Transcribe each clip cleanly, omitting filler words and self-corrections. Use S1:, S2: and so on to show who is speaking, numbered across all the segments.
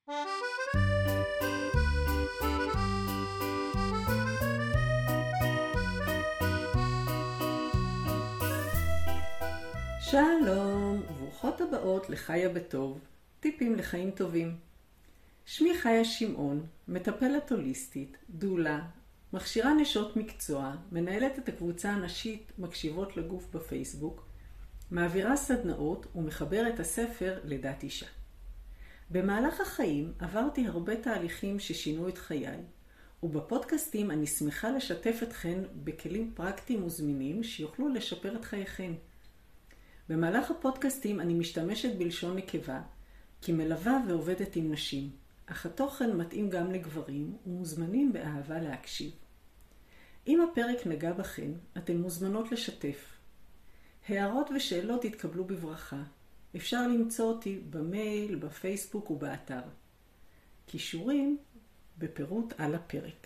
S1: שלום, וברוכות הבאות לחיה בטוב, טיפים לחיים טובים. שמי חיה שמעון, מטפלת הוליסטית, דולה, מכשירה נשות מקצוע, מנהלת את הקבוצה הנשית מקשיבות לגוף בפייסבוק, מעבירה סדנאות ומחברת הספר לידת אישה. במהלך החיים עברתי הרבה תהליכים ששינו את חיי, ובפודקאסטים אני שמחה לשתף אתכן בכלים פרקטיים וזמינים שיוכלו לשפר את חייכן. במהלך הפודקאסטים אני משתמשת בלשון נקבה, כי מלווה ועובדת עם נשים, אך התוכן מתאים גם לגברים ומוזמנים באהבה להקשיב. אם הפרק נגע בכן, אתן מוזמנות לשתף. הערות ושאלות יתקבלו בברכה. אפשר למצוא אותי במייל, בפייסבוק ובאתר. קישורים בפירוט על הפרק.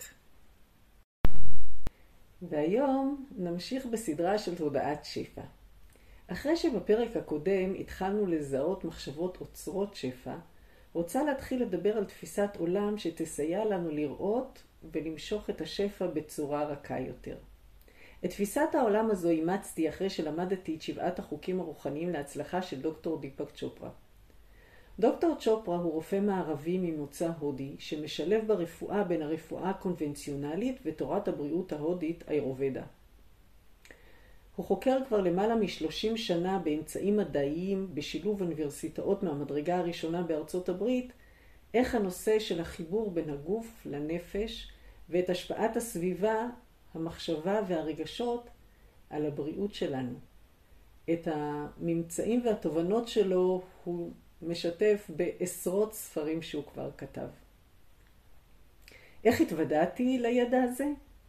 S1: והיום נמשיך בסדרה של תודעת שפע. אחרי שבפרק הקודם התחלנו לזהות מחשבות אוצרות שפע, רוצה להתחיל לדבר על תפיסת עולם שתסייע לנו לראות ולמשוך את השפע בצורה רכה יותר. את תפיסת העולם הזו אימצתי אחרי שלמדתי את 7 החוקים הרוחניים להצלחה של דוקטור דיפק צ'ופרה. דוקטור צ'ופרה הוא רופא מערבי ממוצא הודי שמשלב ברפואה בין הרפואה הקונבנציונלית ותורת הבריאות ההודית איורבדה. הוא חוקר כבר למעלה מ-30 שנה באמצעים מדעיים בשילוב אוניברסיטאות מהמדרגה הראשונה בארצות הברית, איך הנושא של החיבור בין הגוף לנפש ואת השפעת הסביבה, המחשבה והרגשות על הבריאות שלנו. את הממצאים והתובנות שלו הוא משתף בעשרות ספרים שהוא כבר כתב. איך התוודעתי לידע הזה?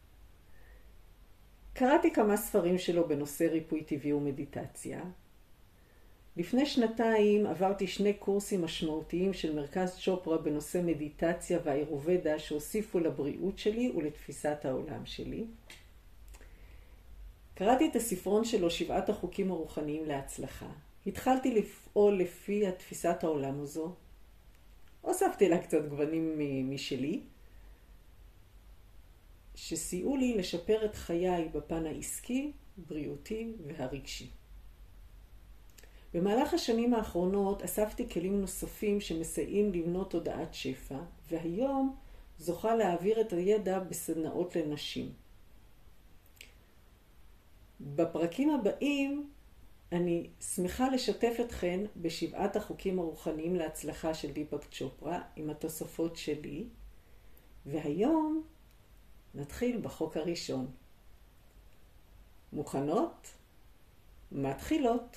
S1: קראתי כמה ספרים שלו בנושא ריפוי טבעי ומדיטציה. לפני 2 עברתי 2 קורסים משמעותיים של מרכז צ'ופרה בנושא מדיטציה ואיורבדה שהוסיפו לבריאות שלי ולתפיסת העולם שלי. קראתי את הספרון שלו 7 החוקים הרוחניים להצלחה. התחלתי לפעול לפי תפיסת העולם הזו. הוספתי לה קצת גוונים משלי. שסייעו לי לשפר את חיי בפן העסקי, בריאותי והרגשי. במהלך השנים האחרונות אספתי כלים נוספים שמסייעים לבנות תודעת שפע, והיום זוכה להעביר את הידע בסדנאות לנשים. בפרקים הבאים אני שמחה לשתף אתכן ב7 החוקים הרוחניים להצלחה של דיפק צ'ופרה עם התוספות שלי, והיום נתחיל בחוק הראשון. מוכנות? מתחילות.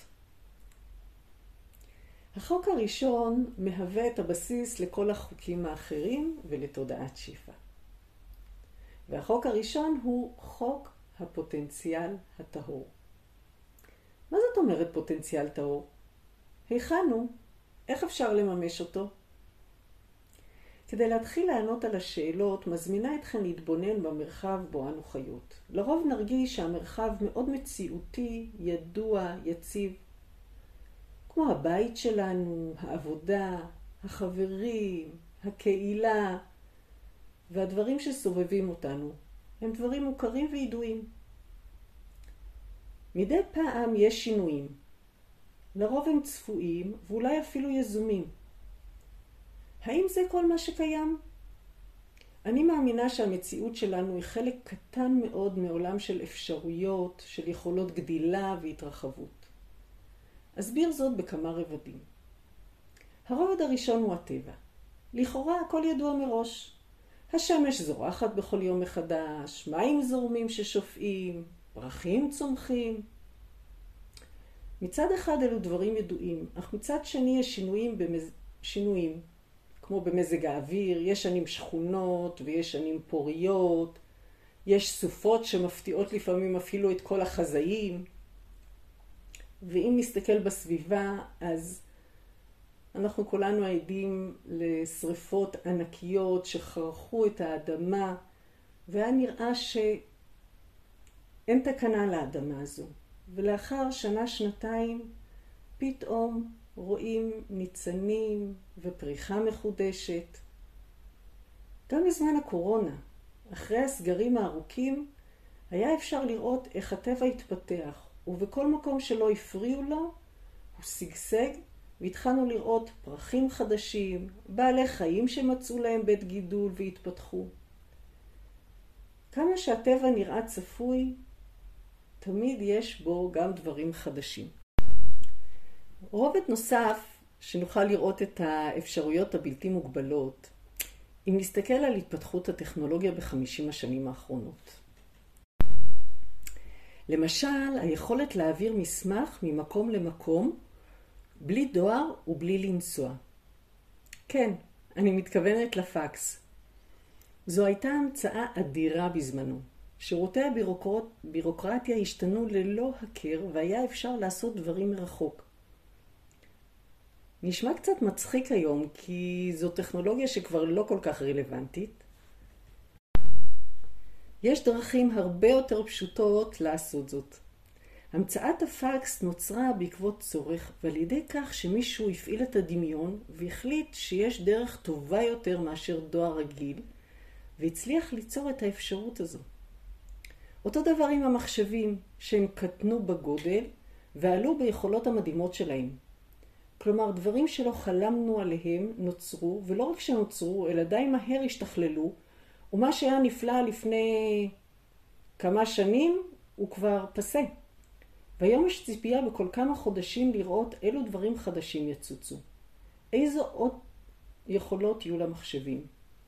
S1: החוק הראשון מהווה את הבסיס לכל החוקים האחרים ולתודעת שפע. והחוק הראשון הוא חוק הפוטנציאל הטהור. מה זאת אומרת פוטנציאל טהור? היכן הוא? איך אפשר לממש אותו? כדי להתחיל לענות על השאלות, מזמינה אתכן להתבונן במרחב בו אנו חיות. לרוב נרגיש שהמרחב מאוד מציאותי, ידוע, יציב. כמו הבית שלנו, העבודה, החברים, הקהילה, והדברים שסובבים אותנו. הם דברים מוכרים וידועים. מדי פעם יש שינויים. לרוב הם צפויים ואולי אפילו יזומים. האם זה כל מה שקיים? אני מאמינה שהמציאות שלנו היא חלק קטן מאוד מעולם של אפשרויות, של יכולות גדילה והתרחבות. אסביר זאת בכמה רבדים. הרובד הראשון הוא הטבע. לכאורה הכל ידוע מראש. השמש זורחת בכל יום מחדש, מים זורמים ששופעים, פרחים צומחים. מצד אחד אלו דברים ידועים, אך מצד שני יש שינויים. כמו במזג האוויר, יש שנים שכונות ויש שנים פוריות, יש סופות שמפתיעות לפעמים אפילו את כל החזאים. ואם נסתכל בסביבה, אז אנחנו כולנו עדים לשריפות ענקיות שחרכו את האדמה, והיה נראה שאין תקנה לאדמה הזו. ולאחר 1-2 פתאום רואים ניצנים ופריחה מחודשת. גם בזמן הקורונה, אחרי הסגרים הארוכים, היה אפשר לראות איך הטבע התפתח, ובכל מקום שלא הפריעו לו, הוא סגסג, והתחלנו לראות פרחים חדשים, בעלי חיים שמצאו להם בית גידול והתפתחו. כמה שהטבע נראה צפוי, תמיד יש בו גם דברים חדשים. רובד נוסף שנוכל לראות את האפשרויות הבלתי מוגבלות, אם נסתכל על התפתחות הטכנולוגיה ב50 השנים האחרונות. למשל, היכולת להעביר מסמך ממקום למקום, בלי דואר ובלי לנסוע. כן, אני מתכוונת לפקס. זו הייתה המצאה אדירה בזמנו. שירותי הבירוקרטיה השתנו ללא הכר והיה אפשר לעשות דברים מרחוק. נשמע קצת מצחיק היום כי זו טכנולוגיה שכבר לא כל כך רלוונטית. יש דרכים הרבה יותר פשוטות לעשות זאת. המצאת הפקס נוצרה בעקבות צורך ועל ידי כך שמישהו הפעיל את הדמיון והחליט שיש דרך טובה יותר מאשר דואר רגיל והצליח ליצור את האפשרות הזו. אותו דבר עם המחשבים שהם קטנו בגודל ועלו ביכולות המדהימות שלהם. כלומר, דברים שלא חלמנו עליהם נוצרו, ולא רק שנוצרו, אלא די מהר השתכללו, ומה שהיה נפלא לפני כמה שנים הוא כבר פסה. והיום יש ציפייה בכל כמה חודשים לראות אילו דברים חדשים יצוצו. איזו עוד יכולות יהיו למחשבים.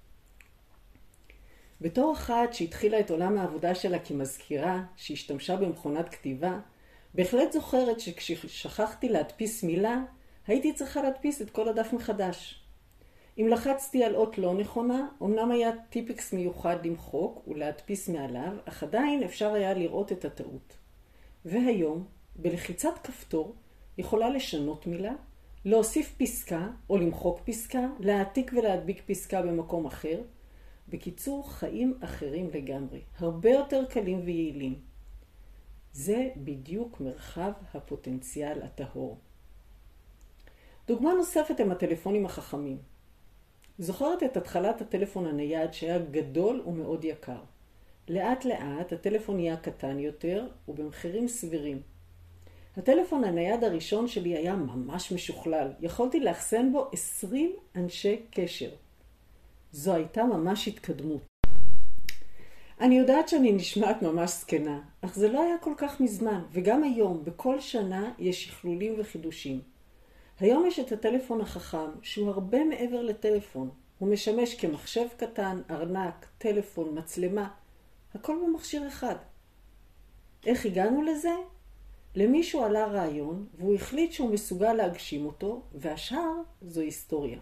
S1: בתור אחת שהתחילה את עולם העבודה שלה כמזכירה, שהשתמשה במכונת כתיבה, בהחלט זוכרת שכששכחתי להדפיס מילה, הייתי צריכה להדפיס את כל הדף מחדש. אם לחצתי על אות לא נכונה, אמנם היה טיפקס מיוחד למחוק ולהדפיס מעליו, אך עדיין אפשר היה לראות את הטעות. והיום, בלחיצת כפתור, יכולה לשנות מילה, להוסיף פסקה או למחוק פסקה, להעתיק ולהדביק פסקה במקום אחר. בקיצור, חיים אחרים לגמרי, הרבה יותר קלים ויעילים. זה בדיוק מרחב הפוטנציאל הטהור. דוגמה נוספת הם הטלפונים החכמים. זוכרת את התחלת הטלפון הנייד שהיה גדול ומאוד יקר. לאט לאט הטלפון נהיה קטן יותר ובמחירים סבירים. הטלפון הנייד הראשון שלי היה ממש משוכלל. יכולתי לאחסן בו 20 אנשי קשר. זו הייתה ממש התקדמות. אני יודעת שאני נשמעת ממש סקנה, אך זה לא היה כל כך מזמן, וגם היום, בכל שנה, יש שכלולים וחידושים. היום יש את הטלפון החכם, שהוא הרבה מעבר לטלפון. הוא משמש כמחשב קטן, ארנק, טלפון, מצלמה, הכל במכשיר אחד. איך הגענו לזה? למישהו עלה רעיון, והוא החליט שהוא מסוגל להגשים אותו, והשאר זו היסטוריה.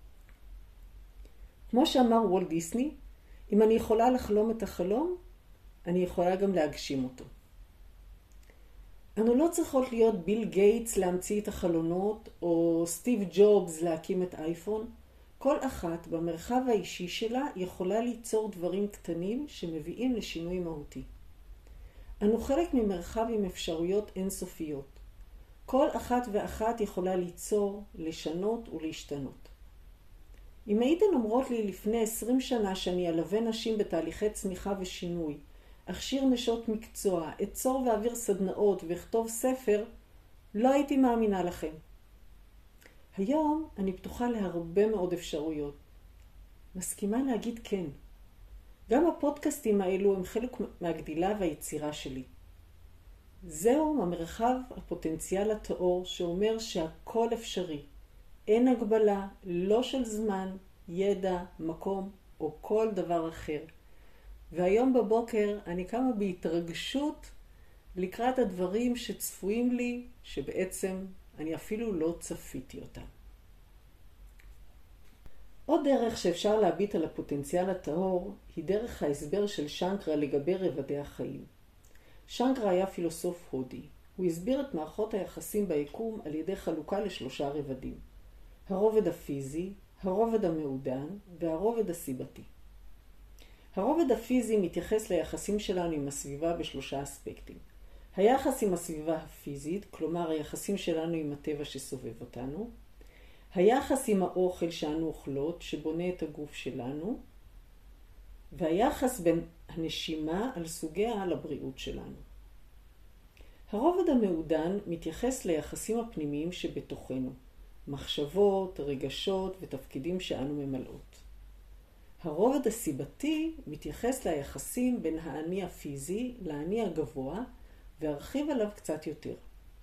S1: כמו שאמר וולט דיסני, אם אני יכולה לחלום את החלום, אני יכולה גם להגשים אותו. אנו לא צריכות להיות ביל גייטס להמציא את החלונות, או סטיב ג'ובס להקים את אייפון. כל אחת במרחב האישי שלה יכולה ליצור דברים קטנים שמביאים לשינוי מהותי. אנו חלק ממרחב עם אפשרויות אינסופיות. כל אחת ואחת יכולה ליצור, לשנות ולהשתנות. אם הייתן אומרות לי לפני 20 שנה שאני אלווה נשים בתהליכי צמיחה ושינוי, אכשיר נשות מקצוע, אצור ואעביר סדנאות וכתוב ספר, לא הייתי מאמינה לכם. היום אני פתוחה להרבה מאוד אפשרויות. מסכימה להגיד כן. גם הפודקאסטים האלו הם חלק מהגדילה והיצירה שלי. זהו המרחב הפוטנציאל הטהור שאומר שהכל אפשרי. אין הגבלה, לא של זמן, ידע, מקום או כל דבר אחר. והיום בבוקר אני קמה בהתרגשות לקראת הדברים שצפויים לי, שבעצם אני אפילו לא צפיתי אותם. עוד דרך שאפשר להביט על הפוטנציאל הטהור היא דרך ההסבר של שנקרה לגבי רבדי החיים. שנקרה היה פילוסוף הודי. הוא הסביר את מערכות היחסים ביקום על ידי חלוקה לשלושה רבדים. הרובד הפיזי, הרובד המעודן והרובד הסיבתי. הרובד הפיזי מתייחס ליחסים שלנו עם הסביבה בשלושה אספקטים. היחס עם הסביבה הפיזית, כלומר היחסים שלנו עם הטבע שסובב אותנו, היחס עם האוכל שאנו אוכלות, שבונה את הגוף שלנו, והיחס בין הנשימה על סוגיה לבריאות שלנו. הרובד המעודן מתייחס ליחסים הפנימיים שבתוכנו, מחשבות, רגשות ותפקידים שאנו ממלאות. הרובד הסיבתי מתייחס ליחסים בין האני הפיזי לאני הגבוה, וארחיב עליו קצת יותר.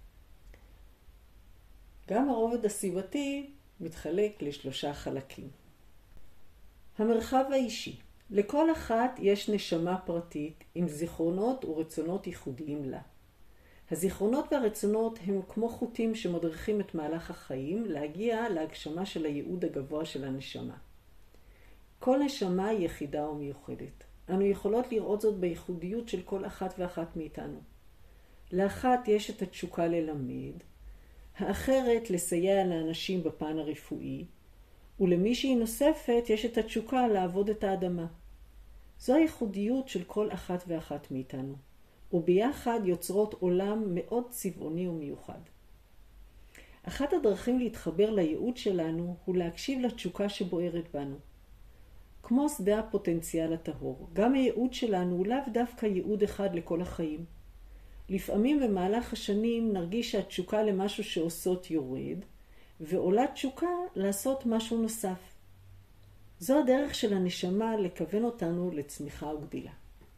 S1: גם הרובד הסיבתי מתחלק לשלושה חלקים. המרחב האישי. לכל אחת יש נשמה פרטית עם זיכרונות ורצונות ייחודיים לה. הזיכרונות והרצונות הם כמו חוטים שמדריכים את מהלך החיים להגיע להגשמה של הייעוד הגבוה של הנשמה. כל נשמה היא יחידה ומיוחדת. אנו יכולות לראות זאת בייחודיות של כל אחת ואחת מאיתנו. לאחת יש את התשוקה ללמד, האחרת לסייע לאנשים בפן הרפואי, ולמישהי נוספת יש את התשוקה לעבוד את האדמה. זו הייחודיות של כל אחת ואחת מאיתנו, וביחד יוצרות עולם מאוד צבעוני ומיוחד. אחת הדרכים להתחבר לייעוד שלנו הוא להקשיב לתשוקה שבוערת בנו. כמו שדה הפוטנציאל הטהור, גם הייעוד שלנו הוא לאו דווקא ייעוד אחד לכל החיים. לפעמים במהלך השנים נרגיש שהתשוקה למשהו שעושות יורד, ועולה תשוקה לעשות משהו נוסף. זו הדרך של הנשמה לכוון אותנו לצמיחה וגדילה.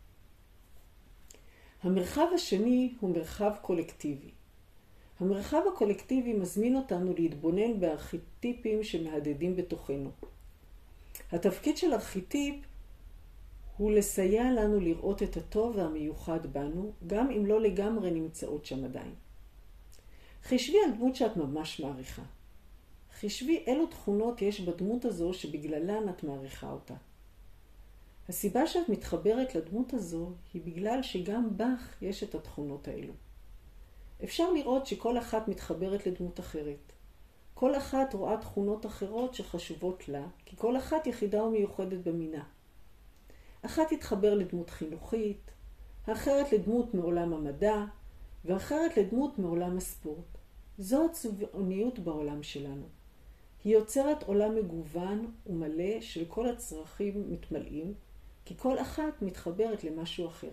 S1: המרחב השני הוא מרחב קולקטיבי. המרחב הקולקטיבי מזמין אותנו להתבונן בארכיטיפים שמהדהדים בתוכנו. התפקיד של ארכיטיפ הוא לסייע לנו לראות את הטוב והמיוחד בנו, גם אם לא לגמרי נמצאות שם עדיין. חשבי על דמות שאת ממש מעריכה. חשבי אילו תכונות יש בדמות הזו שבגללן את מעריכה אותה. הסיבה שאת מתחברת לדמות הזו היא בגלל שגם בך יש את התכונות האלו. אפשר לראות שכל אחת מתחברת לדמות אחרת. כל אחת רואה תכונות אחרות שחשובות לה, כי כל אחת יחידה ומיוחדת במינה. אחת תתחבר לדמות חינוכית, האחרת לדמות מעולם המדע, ואחרת לדמות מעולם הספורט. זו הצבעוניות בעולם שלנו. היא יוצרת עולם מגוון ומלא של כל הצרכים מתמלאים, כי כל אחת מתחברת למשהו אחר.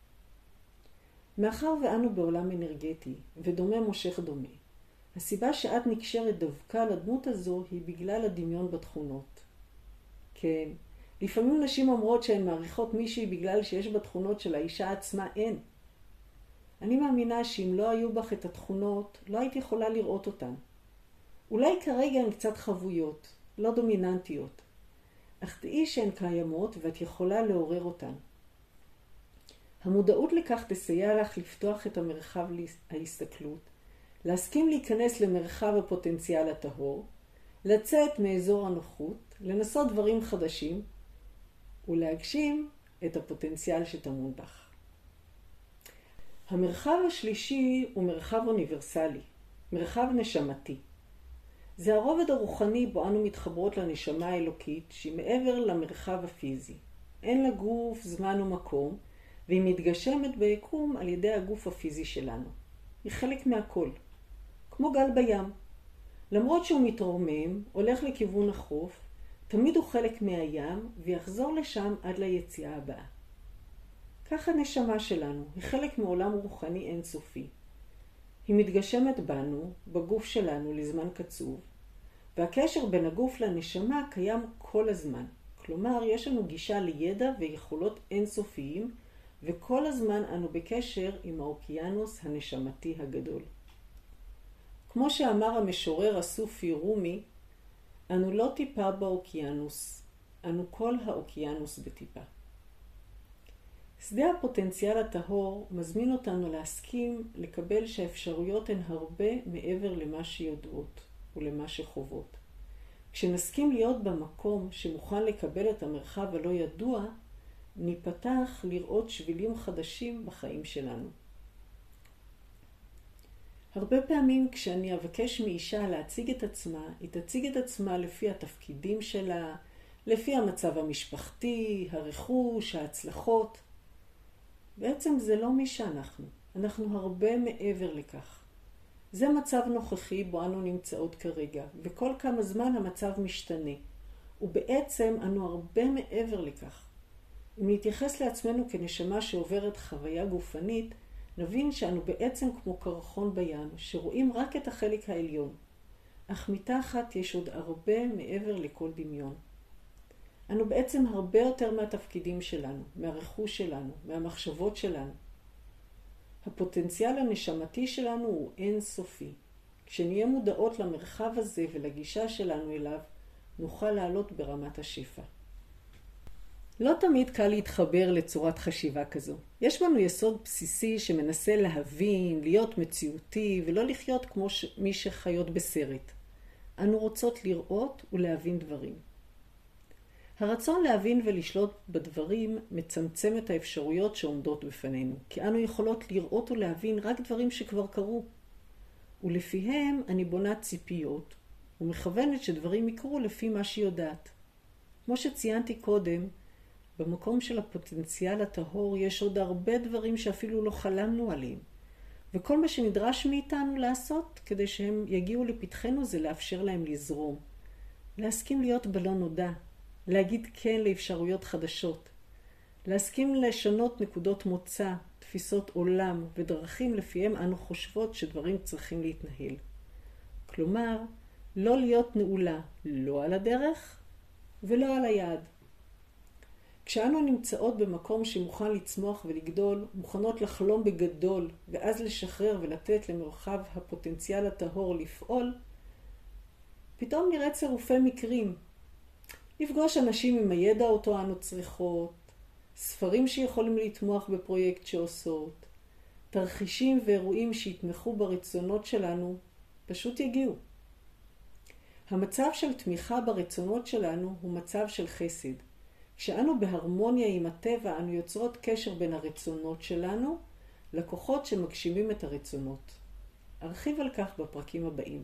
S1: מאחר ואנו בעולם אנרגטי, ודומה מושך דומה, הסיבה שאת נקשרת דווקא לדמות הזו היא בגלל הדמיון בתכונות. כן, לפעמים נשים אומרות שהן מעריכות מישהי בגלל שיש בתכונות של האישה עצמה אין. אני מאמינה שאם לא היו בך את התכונות, לא היית יכולה לראות אותן. אולי כרגע הן קצת חבויות, לא דומיננטיות, אך תראי שהן קיימות ואת יכולה לעורר אותן. המודעות לכך תסייע לך לפתוח את המרחב ההסתכלות, להסכים להיכנס למרחב הפוטנציאל הטהור, לצאת מאזור הנוחות, לנסות דברים חדשים, ולהגשים את הפוטנציאל שטמון בך. המרחב השלישי הוא מרחב אוניברסלי, מרחב נשמתי. זה הרובד הרוחני בו אנו מתחברות לנשמה האלוקית שהיא מעבר למרחב הפיזי. אין לה גוף, זמן ומקום, והיא מתגשמת ביקום על ידי הגוף הפיזי שלנו. היא חלק מהכל, כמו גל בים. למרות שהוא מתרומם, הולך לכיוון החוף, תמיד הוא חלק מהים ויחזור לשם עד ליציאה הבאה. כך הנשמה שלנו, היא חלק מעולם רוחני אינסופי. היא מתגשמת בנו, בגוף שלנו לזמן קצוב, והקשר בין הגוף לנשמה קיים כל הזמן. כלומר, יש לנו גישה לידע ויכולות אינסופיים, וכל הזמן אנו בקשר עם האוקיינוס הנשמתי הגדול. כמו שאמר המשורר הסופי רומי, אנו לא טיפה באוקיינוס, אנו כל האוקיינוס בטיפה. שדה הפוטנציאל הטהור מזמין אותנו להסכים לקבל שהאפשרויות הן הרבה מעבר למה שיודעות ולמה שחוות. כשנסכים להיות במקום שמוכן לקבל את המרחב הלא ידוע, ניפתח לראות שבילים חדשים בחיים שלנו. הרבה פעמים כשאני אבקש מאישה להציג את עצמה, היא תציג את עצמה לפי התפקידים שלה, לפי המצב המשפחתי, הרכוש, ההצלחות. בעצם זה לא מי שאנחנו. אנחנו הרבה מעבר לכך. זה מצב נוכחי בו אנו נמצאות כרגע, וכל כמה זמן המצב משתנה. ובעצם אנו הרבה מעבר לכך. אם נתייחס לעצמנו כנשמה שעוברת חוויה גופנית, נבין שאנו בעצם כמו קרחון בים, שרואים רק את החלק העליון. אך מתחת יש עוד הרבה מעבר לכל דמיון. אנו בעצם הרבה יותר מהתפקידים שלנו, מהרכוש שלנו, מהמחשבות שלנו. הפוטנציאל הנשמתי שלנו הוא אינסופי. כשנהיה מודעות למרחב הזה ולגישה שלנו אליו, נוכל לעלות ברמת השפע. לא תמיד קל להתחבר לצורת חשיבה כזו. יש בנו יסוד בסיסי שמנסה להבין, להיות מציאותי ולא לחיות כמו מי שחיות בסרט. אנו רוצות לראות ולהבין דברים. הרצון להבין ולשלוט בדברים מצמצם את האפשרויות שעומדות בפנינו, כי אנו יכולות לראות ולהבין רק דברים שכבר קרו. ולפיהם אני בונה ציפיות ומכוונת שדברים יקרו לפי מה שהיא יודעת. כמו שציינתי קודם, במקום של הפוטנציאל הטהור יש עוד הרבה דברים שאפילו לא חלמנו עליהם. וכל מה שנדרש מאיתנו לעשות כדי שהם יגיעו לפתחנו זה לאפשר להם לזרום. להסכים להיות בלא נודע. להגיד כן לאפשרויות חדשות. להסכים לשנות נקודות מוצא, תפיסות עולם ודרכים לפיהם אנו חושבות שדברים צריכים להתנהל. כלומר, לא להיות נעולה לא על הדרך ולא על היעד. כשאנו נמצאות במקום שמוכן לצמוח ולגדול, מוכנות לחלום בגדול ואז לשחרר ולתת למרחב הפוטנציאל הטהור לפעול, פתאום נראה צירופי מקרים. נפגוש אנשים עם הידע אותו אנו צריכות, ספרים שיכולים לתמוך בפרויקט שעושות, תרחישים ואירועים שיתמכו ברצונות שלנו, פשוט יגיעו. המצב של תמיכה ברצונות שלנו הוא מצב של חסד. כשאנו בהרמוניה עם הטבע, אנו יוצרות קשר בין הרצונות שלנו לכוחות שמגשימים את הרצונות. ארחיב על כך בפרקים הבאים.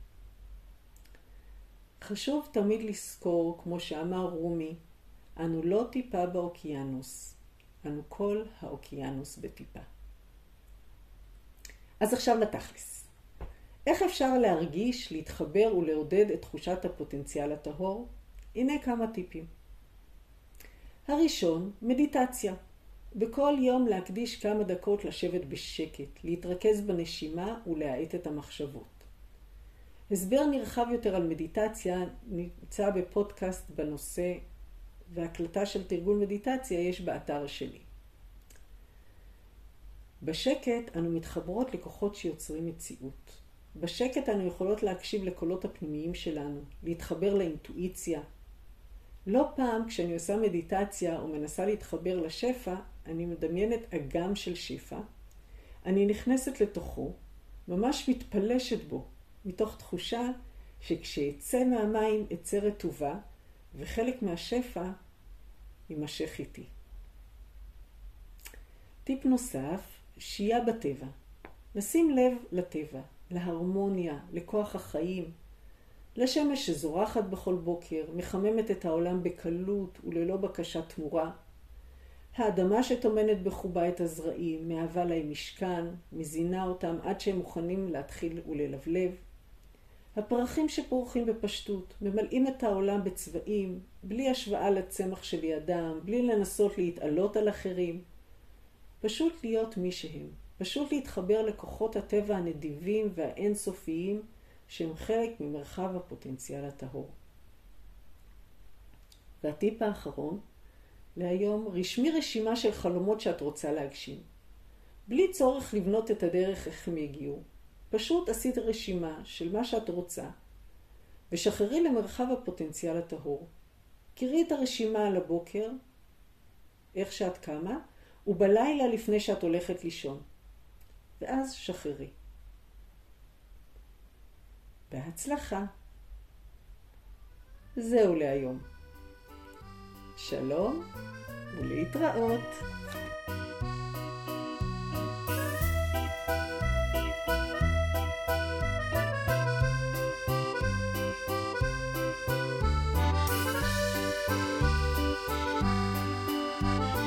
S1: חשוב תמיד לזכור, כמו שאמר רומי, אנו לא טיפה באוקיינוס, אנו כל האוקיינוס בטיפה. אז עכשיו לתכלס. איך אפשר להרגיש, להתחבר ולעודד את תחושת הפוטנציאל הטהור? הנה כמה טיפים. הראשון, מדיטציה. בכל יום להקדיש כמה דקות לשבת בשקט, להתרכז בנשימה ולהאט את המחשבות. הסבר נרחב יותר על מדיטציה נמצא בפודקאסט בנושא, והקלטה של תרגול מדיטציה יש באתר שלי. בשקט אנו מתחברות לכוחות שיוצרים מציאות. בשקט אנו יכולות להקשיב לקולות הפנימיים שלנו, להתחבר לאינטואיציה. לא פעם כשאני עושה מדיטציה או מנסה להתחבר לשפע, אני מדמיינת אגם של שפע. אני נכנסת לתוכו, ממש מתפלשת בו, מתוך תחושה שכשאצא מהמים אצא רטובה, וחלק מהשפע יימשך איתי. טיפ נוסף, שהייה בטבע. לשים לב לטבע, להרמוניה, לכוח החיים, לשמש שזורחת בכל בוקר, מחממת את העולם בקלות וללא בקשת תמורה. האדמה שטומנת בחובה את הזרעים, מהווה להם משכן, מזינה אותם עד שהם מוכנים להתחיל וללבלב. הפרחים שפורחים בפשטות, ממלאים את העולם בצבעים, בלי השוואה לצמח שלידם, בלי לנסות להתעלות על אחרים. פשוט להיות מי שהם, פשוט להתחבר לכוחות הטבע הנדיבים והאינסופיים, שהם חלק ממרחב הפוטנציאל הטהור. והטיפ האחרון, להיום, רשמי רשימה של חלומות שאת רוצה להגשים. בלי צורך לבנות את הדרך איך הם יגיעו. פשוט עשית רשימה של מה שאת רוצה, ושחררי למרחב הפוטנציאל הטהור. קראי את הרשימה על הבוקר, איך שאת קמה, ובלילה לפני שאת הולכת לישון. ואז שחררי. בהצלחה. זהו להיום. שלום ולהתראות.